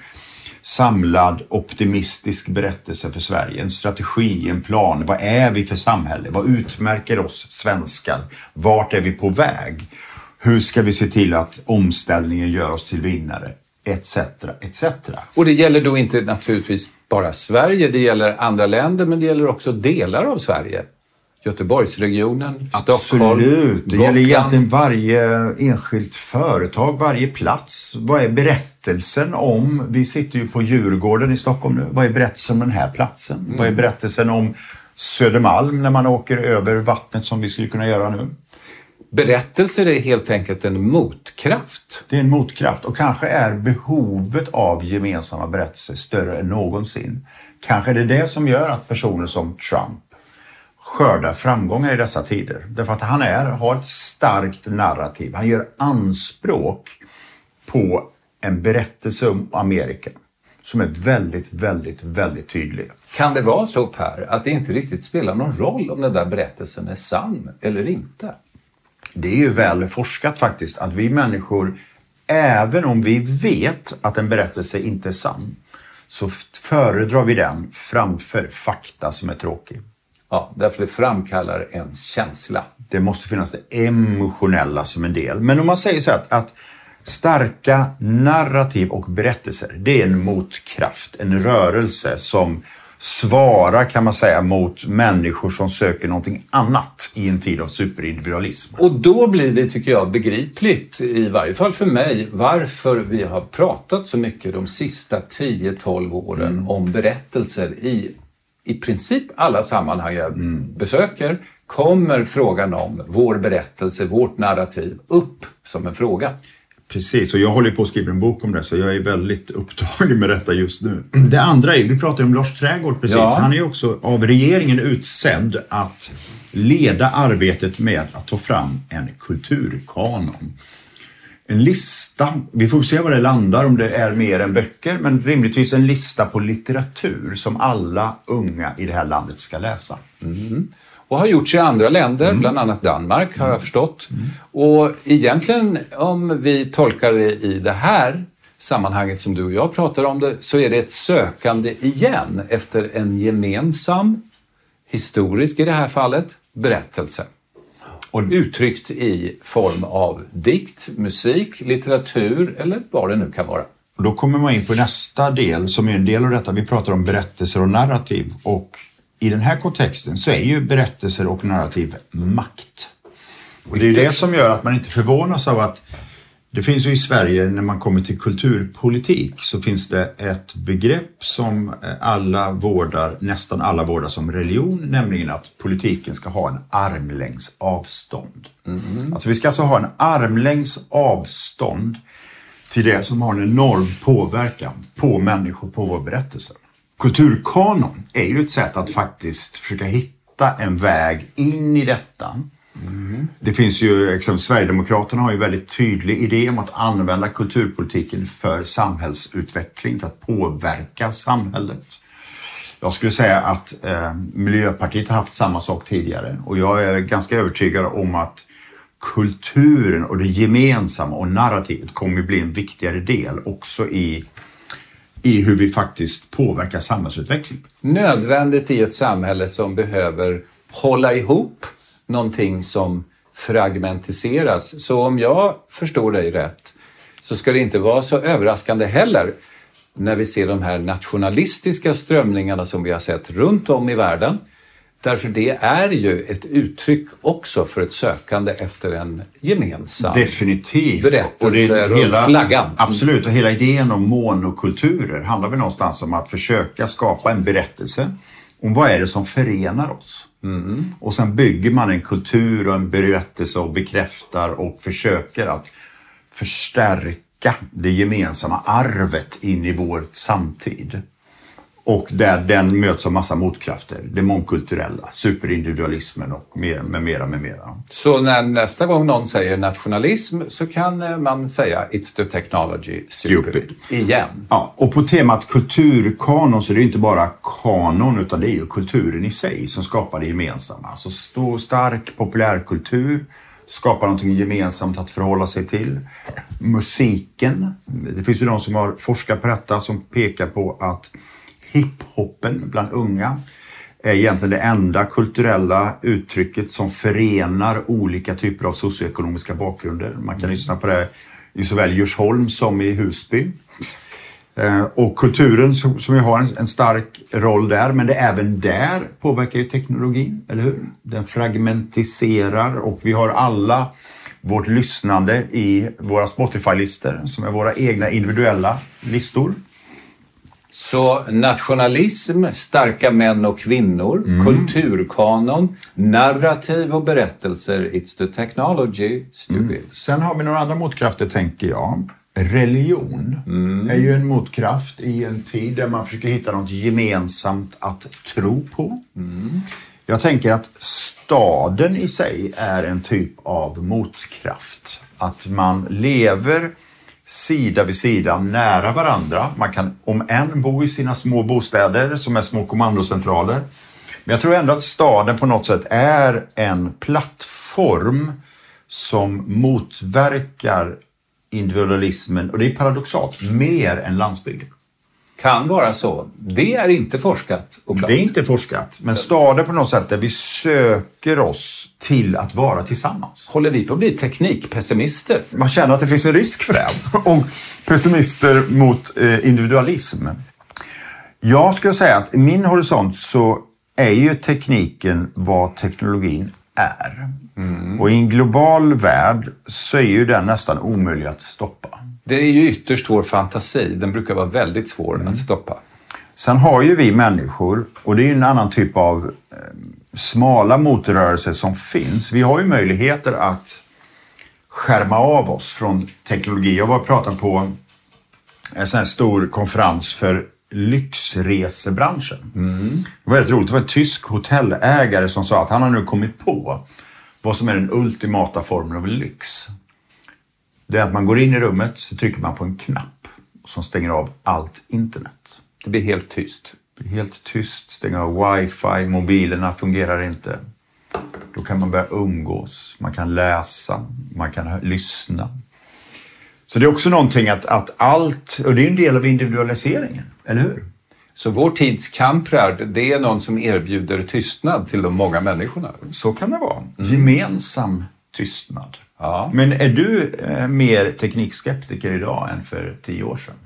samlad optimistisk berättelse för Sverige. En strategi, en plan. Vad är vi för samhälle? Vad utmärker oss svenskar? Vart är vi på väg? Hur ska vi se till att omställningen gör oss till vinnare? Etc, et cetera. Och det gäller då inte naturligtvis bara Sverige, det gäller andra länder, men det gäller också delar av Sverige. Göteborgsregionen, Absolut. Stockholm, Absolut, det Gotland. gäller egentligen varje enskilt företag, varje plats. Vad är berättelsen om, vi sitter ju på Djurgården i Stockholm nu, vad är berättelsen om den här platsen? Mm. Vad är berättelsen om Södermalm när man åker över vattnet som vi skulle kunna göra nu? Berättelser är helt enkelt en motkraft. Det är en motkraft och kanske är behovet av gemensamma berättelser större än någonsin. Kanske är det det som gör att personer som Trump skördar framgångar i dessa tider. Därför att han är, har ett starkt narrativ. Han gör anspråk på en berättelse om Amerika som är väldigt, väldigt, väldigt tydlig. Kan det vara så, Per, att det inte riktigt spelar någon roll om den där berättelsen är sann eller inte? Det är ju väl forskat faktiskt att vi människor, även om vi vet att en berättelse inte är sann, så föredrar vi den framför fakta som är tråkig. Ja, därför det framkallar en känsla. Det måste finnas det emotionella som en del. Men om man säger så att, att starka narrativ och berättelser, det är en motkraft, en rörelse som svarar, kan man säga, mot människor som söker någonting annat i en tid av superindividualism. Och då blir det, tycker jag, begripligt, i varje fall för mig, varför vi har pratat så mycket de sista tio tolv åren mm. om berättelser i i princip alla sammanhang jag mm. besöker, kommer frågan om vår berättelse, vårt narrativ upp som en fråga. Precis, och jag håller på att skriva en bok om det, så jag är väldigt upptagen med detta just nu. Det andra är, vi pratar om Lars Trädgård precis, ja. Han är också av regeringen utsedd att leda arbetet med att ta fram en kulturkanon. En lista, vi får se vad det landar, om det är mer än böcker, men rimligtvis en lista på litteratur som alla unga i det här landet ska läsa. Mm. Och har gjorts i andra länder, mm. bland annat Danmark har jag förstått. Mm. Och egentligen, om vi tolkar det i det här sammanhanget som du och jag pratar om det, så är det ett sökande igen efter en gemensam, historisk i det här fallet, berättelse. Och uttryckt i form av dikt, musik, litteratur eller vad det nu kan vara. Och då kommer man in på nästa del som är en del av detta. Vi pratar om berättelser och narrativ. Och i den här kontexten så är ju berättelser och narrativ makt. Och det är det som gör att man inte förvånas av att det finns ju i Sverige, när man kommer till kulturpolitik, så finns det ett begrepp som alla vårdar, nästan alla vårdar som religion, nämligen att politiken ska ha en armlängds avstånd. Mm. Alltså vi ska alltså ha en armlängds avstånd till det som har en enorm påverkan på människor, på vår berättelse. Kulturkanon är ju ett sätt att faktiskt försöka hitta en väg in i detta. Mm. Det finns ju, exempelvis Sverigedemokraterna har ju väldigt tydlig idé om att använda kulturpolitiken för samhällsutveckling, för att påverka samhället. Jag skulle säga att eh, Miljöpartiet har haft samma sak tidigare, och jag är ganska övertygad om att kulturen och det gemensamma och narrativet kommer att bli en viktigare del också i i hur vi faktiskt påverkar samhällsutveckling. Nödvändigt i ett samhälle som behöver hålla ihop någonting som fragmentiseras. Så om jag förstår dig rätt, så ska det inte vara så överraskande heller när vi ser de här nationalistiska strömningarna som vi har sett runt om i världen. Därför det är ju ett uttryck också för ett sökande efter en gemensam Definitivt. berättelse och det runt hela, flaggan. Absolut, och hela idén om monokulturer handlar väl någonstans om att försöka skapa en berättelse om vad är det som förenar oss. Mm. Och sen bygger man en kultur och en berättelse och bekräftar och försöker att förstärka det gemensamma arvet in i vår samtid. Och där den möts av massa motkrafter. Det mångkulturella, superindividualismen och mer, med mera, med mera. Så när nästa gång någon säger nationalism så kan man säga it's the technology stupid. stupid. Igen. Ja, och på temat kulturkanon så är det inte bara kanon utan det är ju kulturen i sig som skapar det gemensamma. Alltså stor, stark populärkultur skapar någonting gemensamt att förhålla sig till. Musiken. Det finns ju de som har forskat på detta som pekar på att hiphoppen bland unga är egentligen det enda kulturella uttrycket som förenar olika typer av socioekonomiska bakgrunder. Man kan lyssna på det i såväl Djursholm som i Husby. Och kulturen som ju har en stark roll där, men det även där påverkar ju teknologin, eller hur? Den fragmentiserar och vi har alla vårt lyssnande i våra Spotify-listor som är våra egna individuella listor. Så nationalism, starka män och kvinnor, mm. kulturkanon, narrativ och berättelser, it's the technology, stupid. Mm. Sen har vi några andra motkrafter tänker jag. Religion mm. är ju en motkraft i en tid där man försöker hitta något gemensamt att tro på. Mm. Jag tänker att staden i sig är en typ av motkraft. Att man lever sida vid sida nära varandra. Man kan om en bo i sina små bostäder som är små kommandocentraler. Men jag tror ändå att staden på något sätt är en plattform som motverkar individualismen. Och det är paradoxalt, mer än landsbygden. Kan vara så. Det är inte forskat. Och det är inte forskat. Men staden på något sätt där vi söker oss till att vara tillsammans. Håller vi på att bli teknikpessimister? Man känner att det finns en risk för det. Och pessimister mot eh, individualism. Jag skulle säga att i min horisont så är ju tekniken vad teknologin är. Mm. Och i en global värld så är ju den nästan omöjlig att stoppa. Det är ju ytterst vår fantasi. Den brukar vara väldigt svår mm. att stoppa. Sen har ju vi människor, och det är ju en annan typ av eh, smala motrörelser som finns. Vi har ju möjligheter att skärma av oss från teknologi. Jag var och pratade på en sån här stor konferens för lyxresebranschen. Mm. Det var väldigt roligt. Det var en tysk hotellägare som sa att han har nu kommit på vad som är den ultimata formen av lyx. Det är att man går in i rummet så trycker man på en knapp som stänger av allt internet. Det blir helt tyst. Det blir helt tyst, stänger av wifi, mobilerna fungerar inte. Då kan man börja umgås, man kan läsa, man kan lyssna. Så det är också någonting att, att allt, och det är en del av individualiseringen, eller hur? Så vår tids kamprar, det är någon som erbjuder tystnad till de många människorna. Så kan det vara. Mm. Gemensam tystnad. Ja. Men är du eh, mer teknikskeptiker idag än för tio år sedan?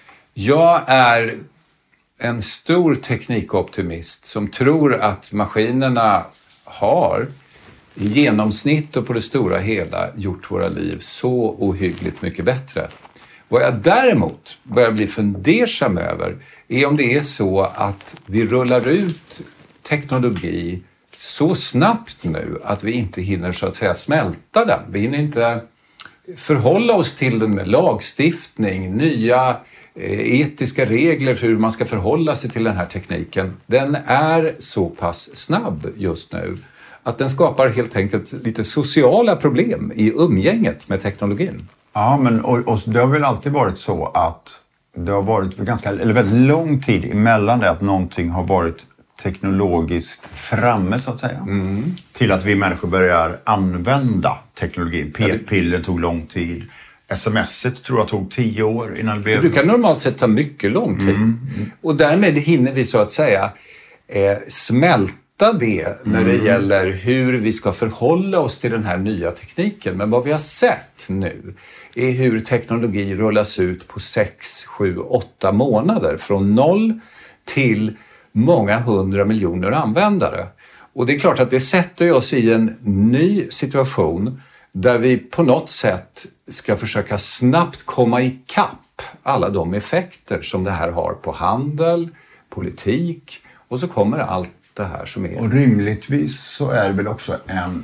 Jag är en stor teknikoptimist som tror att maskinerna har i genomsnitt och på det stora hela gjort våra liv så ohyggligt mycket bättre. Vad jag däremot börjar bli fundersam över är om det är så att vi rullar ut teknologi så snabbt nu att vi inte hinner så att säga smälta den. Vi hinner inte förhålla oss till den med lagstiftning, nya etiska regler för hur man ska förhålla sig till den här tekniken. Den är så pass snabb just nu att den skapar helt enkelt lite sociala problem i umgänget med teknologin. Ja, men och, och det har väl alltid varit så att det har varit för ganska, eller väldigt lång tid emellan det att någonting har varit teknologiskt framme så att säga. Mm. Till att vi människor börjar använda teknologin. P-piller tog lång tid. Smset tror jag tog tio år innan det blev... Det brukar normalt sett ta mycket lång tid. Mm. Mm. Och därmed hinner vi så att säga eh, smälta det när det mm. gäller hur vi ska förhålla oss till den här nya tekniken. Men vad vi har sett nu är hur teknologi rullas ut på sex, sju, åtta månader. Från noll till många hundra miljoner användare. Och det är klart att det sätter oss i en ny situation där vi på något sätt ska försöka snabbt komma ikapp alla de effekter som det här har på handel, politik och så kommer allt det här som är. Och rimligtvis så är det väl också en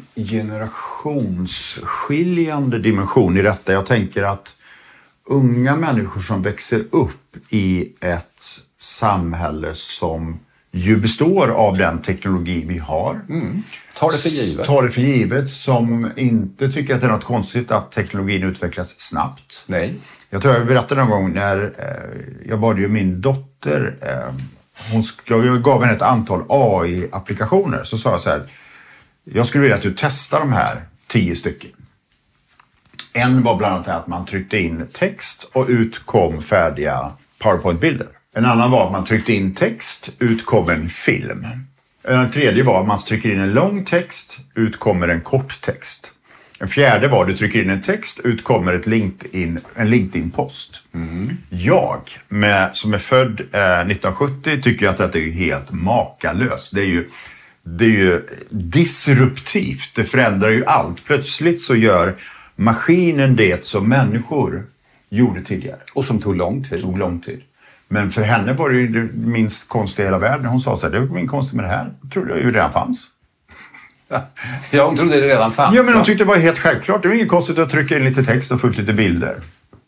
generationsskiljande dimension i detta. Jag tänker att unga människor som växer upp i ett samhälle som ju består av den teknologi vi har. Mm. Tar det för givet. Tar det för givet, som inte tycker att det är något konstigt att teknologin utvecklas snabbt. Nej. Jag tror jag berättade en gång när eh, jag bad ju min dotter, eh, hon sk- jag gav henne ett antal A I-applikationer. Så sa jag så här, jag skulle vilja att du testar de här tio stycken. En var bland annat att man tryckte in text och ut kom färdiga PowerPoint-bilder. En annan var att man tryckte in text, ut kom en film. En tredje var att man trycker in en lång text, ut kommer en kort text. En fjärde var att du trycker in en text, ut kommer ett LinkedIn, en LinkedIn-post. Mm. Jag, med, som är född eh, nittonhundrasjuttio, tycker att det är helt makalöst. Det är ju, det är ju disruptivt, det förändrar ju allt. Plötsligt så gör maskinen det som människor gjorde tidigare. Och som tog lång tid. Tog lång tid. Men för henne var det ju det minst konstiga i hela världen. Hon sa så här, det var min konstigt med det här. Jag trodde jag ju redan fanns. Ja, hon trodde det redan fanns. Ja, men hon tyckte det var helt självklart. Det var inget konstigt att trycka in lite text och få ut lite bilder.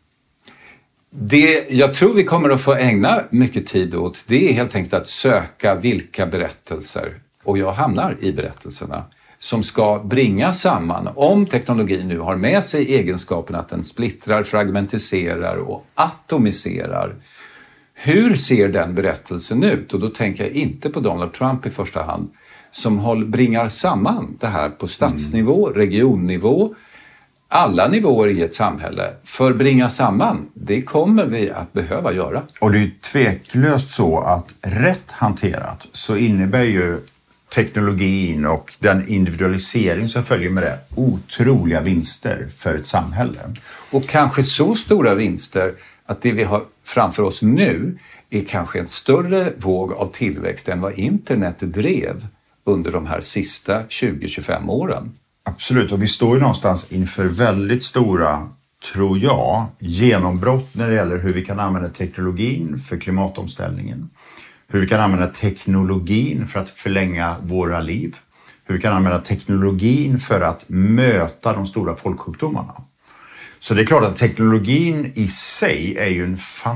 Det jag tror vi kommer att få ägna mycket tid åt, det är helt enkelt att söka vilka berättelser, och jag hamnar i berättelserna, som ska bringa samman, om teknologin nu har med sig egenskapen att den splittrar, fragmentiserar och atomiserar. Hur ser den berättelsen ut? Och då tänker jag inte på Donald Trump i första hand, som håll, bringar samman det här på stadsnivå, regionnivå, alla nivåer i ett samhälle. För bringa samman, det kommer vi att behöva göra. Och det är ju tveklöst så att rätt hanterat så innebär ju teknologin och den individualisering som följer med det otroliga vinster för ett samhälle. Och kanske så stora vinster att det vi har framför oss nu är kanske en större våg av tillväxt än vad internet drev under de här sista tjugo till tjugofem åren. Absolut, och vi står ju någonstans inför väldigt stora, tror jag, genombrott när det gäller hur vi kan använda teknologin för klimatomställningen. Hur vi kan använda teknologin för att förlänga våra liv. Hur vi kan använda teknologin för att möta de stora folksjukdomarna. Så det är klart att teknologin i sig är ju en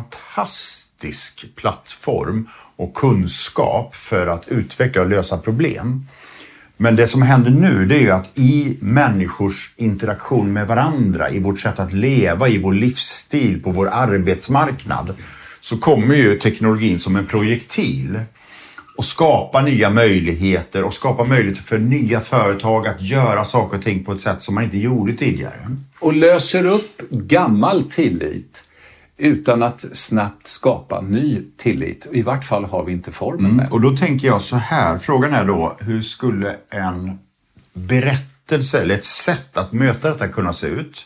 fantastisk plattform och kunskap för att utveckla och lösa problem. Men det som händer nu, det är ju att i människors interaktion med varandra, i vårt sätt att leva, i vår livsstil, på vår arbetsmarknad, så kommer ju teknologin som en projektil och skapa nya möjligheter och skapa möjligheter för nya företag att göra saker och ting på ett sätt som man inte gjorde tidigare. Och löser upp gammal tillit utan att snabbt skapa ny tillit. I vart fall har vi inte formen med. Mm, och då tänker jag så här, frågan är då, hur skulle en berättelse eller ett sätt att möta detta kunna se ut?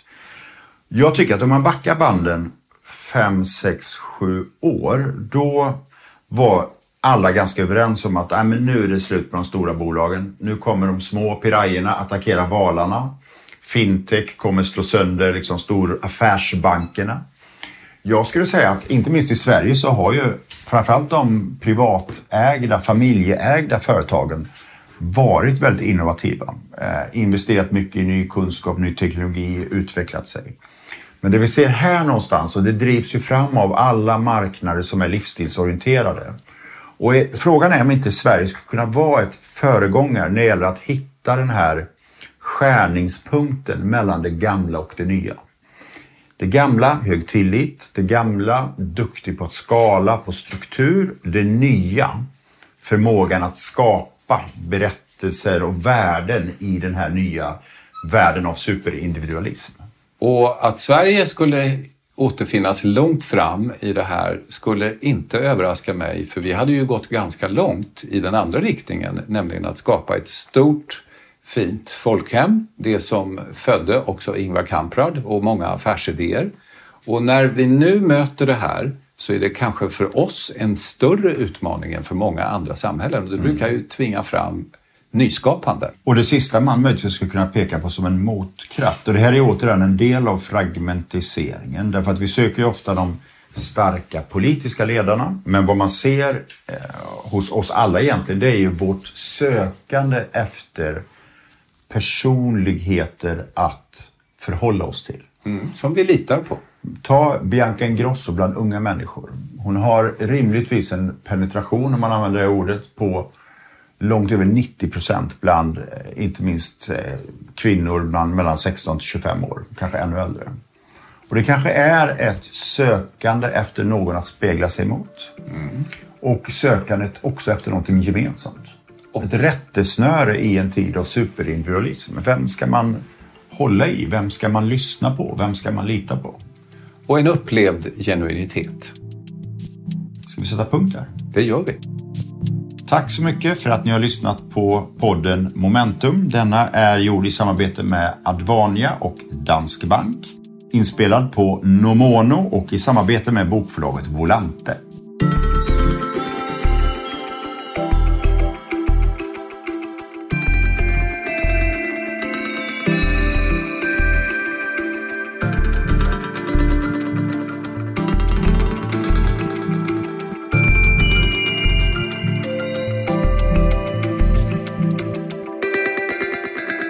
Jag tycker att om man backar banden fem, sex, sju år, då var alla ganska överens om att äh, men nu är det slut på de stora bolagen. Nu kommer de små pirajerna attackera valarna. Fintech kommer slå sönder liksom stor affärsbankerna. Jag skulle säga att inte minst i Sverige så har ju framförallt de privatägda, familjeägda företagen varit väldigt innovativa. Eh, investerat mycket i ny kunskap, ny teknologi, utvecklat sig. Men det vi ser här någonstans, och det drivs ju fram av alla marknader som är livsstilsorienterade. Och frågan är om inte Sverige ska kunna vara ett föregångare när det gäller att hitta den här skärningspunkten mellan det gamla och det nya. Det gamla, hög tillit. Det gamla, duktig på att skala, på struktur. Det nya, förmågan att skapa berättelser och värden i den här nya världen av superindividualism. Och att Sverige skulle återfinnas långt fram i det här skulle inte överraska mig, för vi hade ju gått ganska långt i den andra riktningen, nämligen att skapa ett stort, fint folkhem, det som födde också Ingvar Kamprad och många affärsidéer. Och när vi nu möter det här så är det kanske för oss en större utmaning än för många andra samhällen. Och det brukar ju tvinga fram nyskapande. Och det sista man möjligtvis skulle kunna peka på som en motkraft. Och det här är återigen en del av fragmentiseringen. Därför att vi söker ju ofta de starka politiska ledarna. Men vad man ser eh, hos oss alla egentligen, det är ju vårt sökande efter personligheter att förhålla oss till. Mm, som vi litar på. Ta Bianca Ingrosso bland unga människor. Hon har rimligtvis en penetration, om man använder det ordet, på långt över nittio procent bland, inte minst kvinnor bland mellan sexton till tjugofem år, kanske ännu äldre. Och det kanske är ett sökande efter någon att spegla sig mot. Mm. Och sökandet också efter någonting gemensamt. Och ett rättesnöre i en tid av superindividualism. Vem ska man hålla i? Vem ska man lyssna på? Vem ska man lita på? Och en upplevd genuinitet. Ska vi sätta punkt där? Det gör vi. Tack så mycket för att ni har lyssnat på podden Momentum. Denna är gjord i samarbete med Advania och Danske Bank. Inspelad på Nomono och i samarbete med bokförlaget Volante.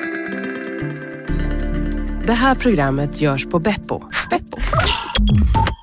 Det här programmet görs på Beppo. Beppo.